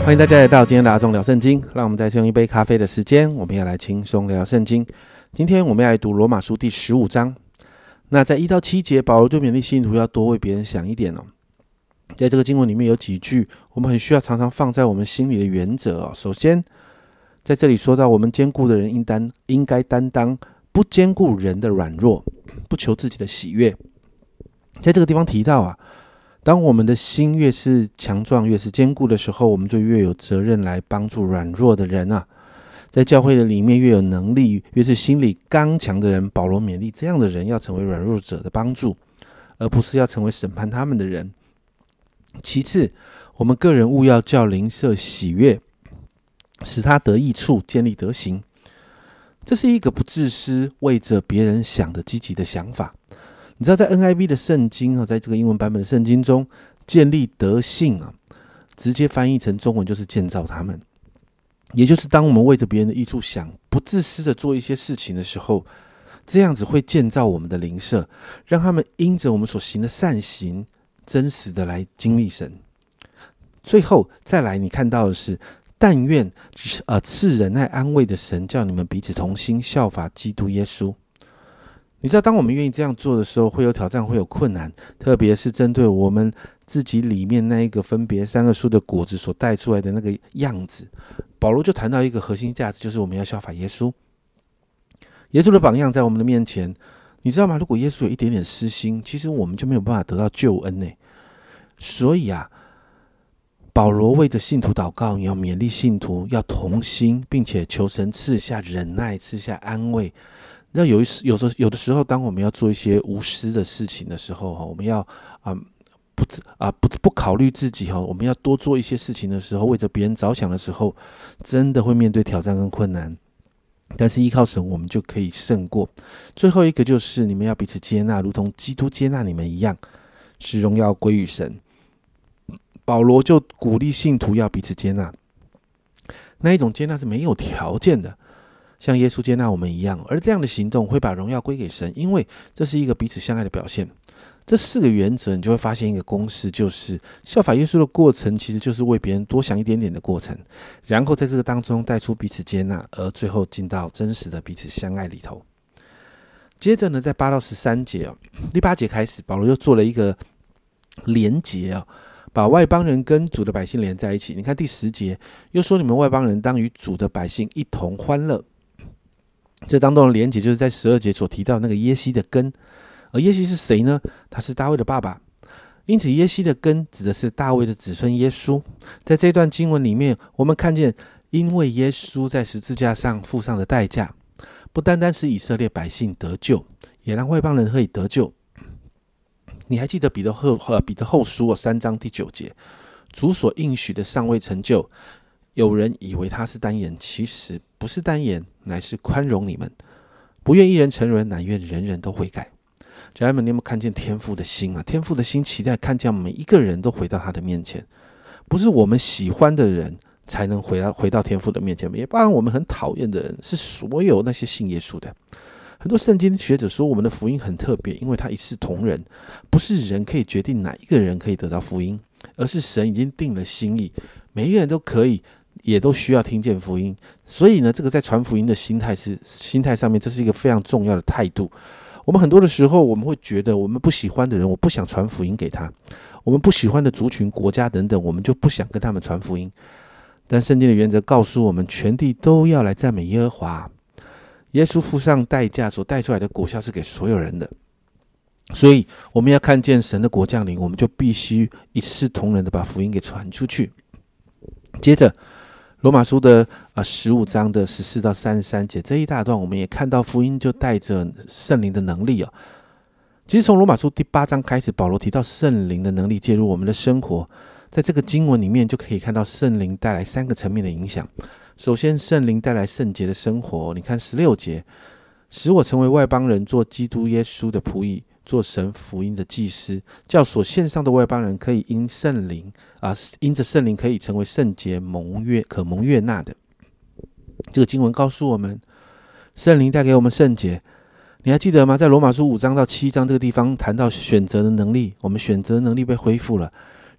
欢迎大家来到今天的阿忠聊圣经，让我们再次用一杯咖啡的时间，我们要来轻松聊圣经。今天我们要来读罗马书第15章。那在1到7节，保罗对勉励信徒要多为别人想一点哦。在这个经文里面有几句我们很需要常常放在我们心里的原则哦。首先在这里说到，我们坚固的人应该担当不坚固人的软弱，不求自己的喜悦。在这个地方提到啊，当我们的心越是强壮，越是坚固的时候，我们就越有责任来帮助软弱的人啊。在教会的里面越有能力，越是心理刚强的人，保罗勉励这样的人要成为软弱者的帮助，而不是要成为审判他们的人。其次，我们个人务要叫邻舍喜悦，使他得益处，建立德行。这是一个不自私，为着别人想的积极的想法。你知道在 NIV 的圣经，在这个英文版本的圣经中，建立德性直接翻译成中文就是建造他们。也就是当我们为着别人的益处想，不自私的做一些事情的时候，这样子会建造我们的邻舍，让他们因着我们所行的善行，真实的来经历神。最后再来你看到的是，但愿赐忍耐安慰的神，叫你们彼此同心，效法基督耶稣。你知道当我们愿意这样做的时候，会有挑战，会有困难，特别是针对我们自己里面那一个分别善恶树的果子所带出来的那个样子。保罗就谈到一个核心价值，就是我们要效法耶稣。耶稣的榜样在我们的面前，你知道吗？如果耶稣有一点点私心，其实我们就没有办法得到救恩呢。所以保罗为着信徒祷告，要勉励信徒要同心，并且求神赐下忍耐，赐下安慰。那有的时候，当我们要做一些无私的事情的时候，我们要不考虑自己，我们要多做一些事情的时候，为着别人着想的时候，真的会面对挑战跟困难。但是依靠神，我们就可以胜过。最后一个就是你们要彼此接纳，如同基督接纳你们一样，使荣耀归于神。保罗就鼓励信徒要彼此接纳，那一种接纳是没有条件的，像耶稣接纳我们一样。而这样的行动会把荣耀归给神，因为这是一个彼此相爱的表现。这4个原则，你就会发现一个公式，就是效法耶稣的过程其实就是为别人多想一点点的过程，然后在这个当中带出彼此接纳，而最后进到真实的彼此相爱里头。接着呢，在8到13节第8节开始，保罗又做了一个连结把外邦人跟主的百姓连在一起。你看第10节又说，你们外邦人当与主的百姓一同欢乐。这当中的连结就是在12节所提到那个耶西的根。而耶西是谁呢？他是大卫的爸爸，因此耶西的根指的是大卫的子孙耶稣。在这段经文里面，我们看见因为耶稣在十字架上付上的代价，不单单使以色列百姓得救，也让外邦人可以得救。你还记得彼得后书3章第9节，主所应许的尚未成就，有人以为他是单言，其实不是单言，乃是宽容你们，不愿一人沉沦，乃愿人人都悔改。家人们，你有没有看见天父的心天父的心期待看见每一个人都回到他的面前，不是我们喜欢的人才能回到天父的面前，也包含我们很讨厌的人，是所有那些信耶稣的。很多圣经学者说，我们的福音很特别，因为它一视同仁，不是人可以决定哪一个人可以得到福音，而是神已经定了心意，每一个人都可以，也都需要听见福音。所以呢，这个在传福音的心态上面，这是一个非常重要的态度。我们很多的时候，我们会觉得我们不喜欢的人，我不想传福音给他；我们不喜欢的族群、国家等等，我们就不想跟他们传福音。但圣经的原则告诉我们，全地都要来赞美耶和华。耶稣付上代价所带出来的果效是给所有人的，所以我们要看见神的国降临，我们就必须一视同仁的把福音给传出去。接着罗马书的15章的14到33节这一大段，我们也看到福音就带着圣灵的能力其实从罗马书第8章开始，保罗提到圣灵的能力介入我们的生活，在这个经文里面就可以看到圣灵带来3个层面的影响。首先，圣灵带来圣洁的生活。你看16节，使我成为外邦人，做基督耶稣的仆役，做神福音的祭司，叫所献上的外邦人可以因着圣灵可以成为圣洁，可蒙悦纳的。这个经文告诉我们，圣灵带给我们圣洁。你还记得吗？在罗马书5章到7章这个地方谈到选择的能力，我们选择能力被恢复了，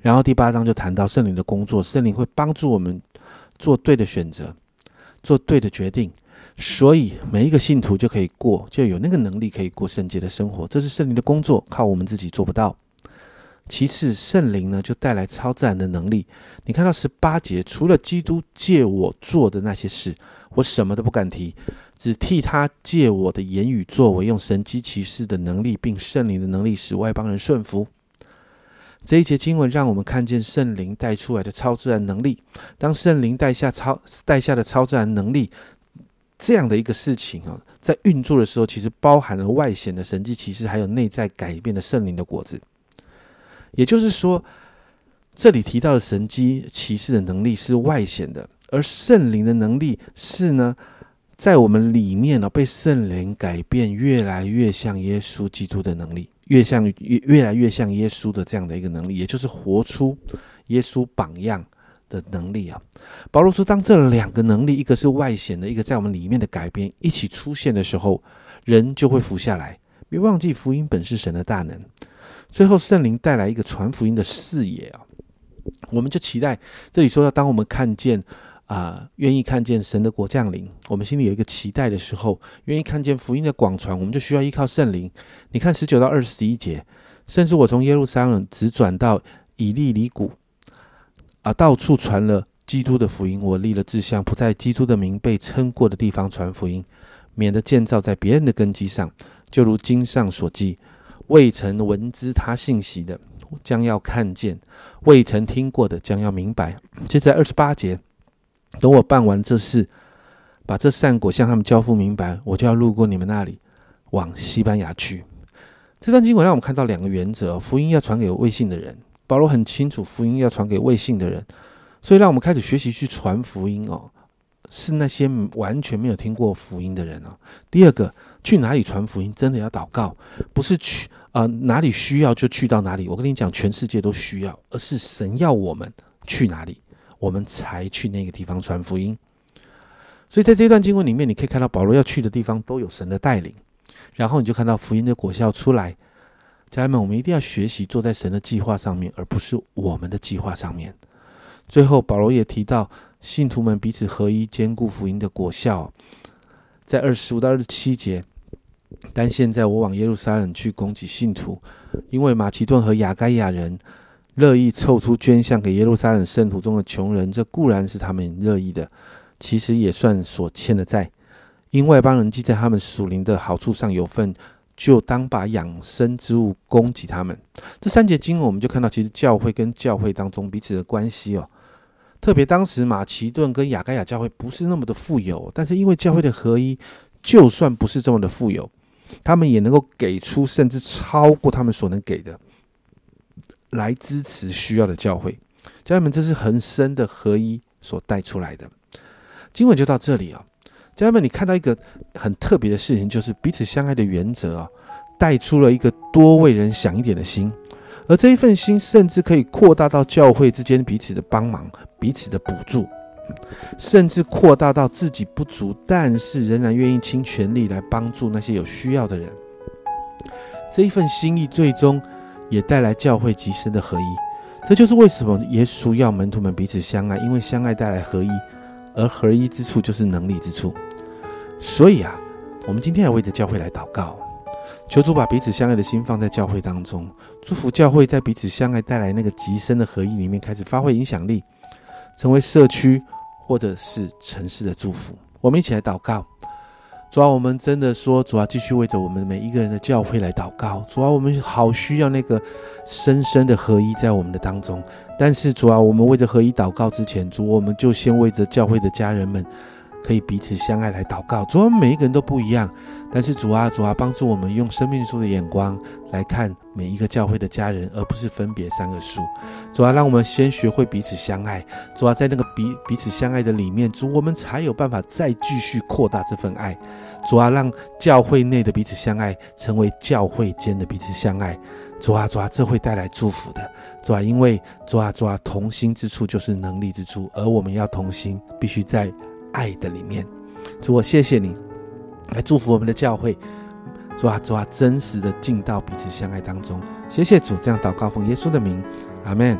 然后第8章就谈到圣灵的工作，圣灵会帮助我们做对的选择，做对的决定，所以每一个信徒就有那个能力可以过圣洁的生活，这是圣灵的工作，靠我们自己做不到。其次，圣灵呢就带来超自然的能力。你看到18节，除了基督借我做的那些事，我什么都不敢提，只替他借我的言语作为，用神迹奇事的能力，并圣灵的能力使外邦人顺服。这一节经文让我们看见圣灵带出来的超自然能力。当圣灵带下的超自然能力这样的一个事情在运作的时候，其实包含了外显的神迹奇事，还有内在改变的圣灵的果子。也就是说，这里提到的神迹奇事的能力是外显的，而圣灵的能力是呢，在我们里面被圣灵改变，越来越像耶稣基督的能力，越来越像耶稣的这样的一个能力，也就是活出耶稣榜样的能力啊。保罗说，当这2个能力，一个是外显的，一个在我们里面的改变一起出现的时候，人就会服下来。别忘记，福音本是神的大能。最后，圣灵带来一个传福音的视野啊，我们就期待这里说到，当我们愿意看见神的国降临，我们心里有一个期待的时候，愿意看见福音的广传，我们就需要依靠圣灵。你看19到21节，甚至我从耶路撒冷直转到以利里谷到处传了基督的福音。我立了志向，不在基督的名被称过的地方传福音，免得建造在别人的根基上。就如经上所记，未曾闻知他信息的将要看见，未曾听过的将要明白。接着在28节，等我办完这事，把这善果向他们交付明白，我就要路过你们那里，往西班牙去。这段经文让我们看到2个原则，福音要传给未信的人，保罗很清楚福音要传给未信的人，所以让我们开始学习去传福音是那些完全没有听过福音的人第二个，去哪里传福音真的要祷告，不是去哪里需要就去到哪里。我跟你讲，全世界都需要，而是神要我们去哪里，我们才去那个地方传福音。所以在这段经文里面，你可以看到保罗要去的地方都有神的带领，然后你就看到福音的果效出来。家人们，我们一定要学习坐在神的计划上面，而不是我们的计划上面。最后保罗也提到信徒们彼此合一，兼顾福音的果效，在25到27节，但现在我往耶路撒冷去供给信徒，因为马其顿和亚该亚人乐意凑出捐项给耶路撒冷圣徒中的穷人，这固然是他们乐意的，其实也算所欠的债。因外邦人既在他们属灵的好处上有份，就当把养生之物供给他们。这3节经文我们就看到，其实教会跟教会当中彼此的关系特别当时马其顿跟亚该亚教会不是那么的富有，但是因为教会的合一，就算不是这么的富有，他们也能够给出甚至超过他们所能给的，来支持需要的教会。家人们，这是很深的合一所带出来的。经文就到这里家人们，你看到一个很特别的事情，就是彼此相爱的原则带出了一个多为人想一点的心，而这一份心甚至可以扩大到教会之间彼此的帮忙，彼此的补助，甚至扩大到自己不足，但是仍然愿意倾全力来帮助那些有需要的人。这一份心意最终也带来教会极深的合一。这就是为什么耶稣要门徒们彼此相爱，因为相爱带来合一，而合一之处就是能力之处。所以我们今天要为着教会来祷告，求主把彼此相爱的心放在教会当中，祝福教会在彼此相爱带来那个极深的合一里面开始发挥影响力，成为社区或者是城市的祝福。我们一起来祷告。主啊，我们真的说，主啊，继续为着我们每一个人的教会来祷告。主啊，我们好需要那个深深的合一在我们的当中。但是主啊，我们为着合一祷告之前，主，我们就先为着教会的家人们可以彼此相爱来祷告。主啊，每一个人都不一样，但是主啊，帮助我们用生命树的眼光来看每一个教会的家人，而不是分别三个树。主啊，让我们先学会彼此相爱。主啊，在那个彼此相爱的里面，主，我们才有办法再继续扩大这份爱。主啊，让教会内的彼此相爱成为教会间的彼此相爱。主啊，这会带来祝福的。主啊，因为主啊，同心之处就是能力之处，而我们要同心，必须在爱的里面。主，我谢谢你来祝福我们的教会。主啊，真实的进到彼此相爱当中。谢谢主，这样祷告奉耶稣的名，阿们。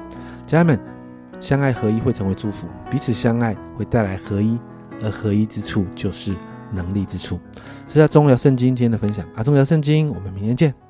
家人们，相爱合一会成为祝福，彼此相爱会带来合一，而合一之处就是能力之处。这是阿忠聊圣经今天的分享，阿忠聊圣经，我们明天见。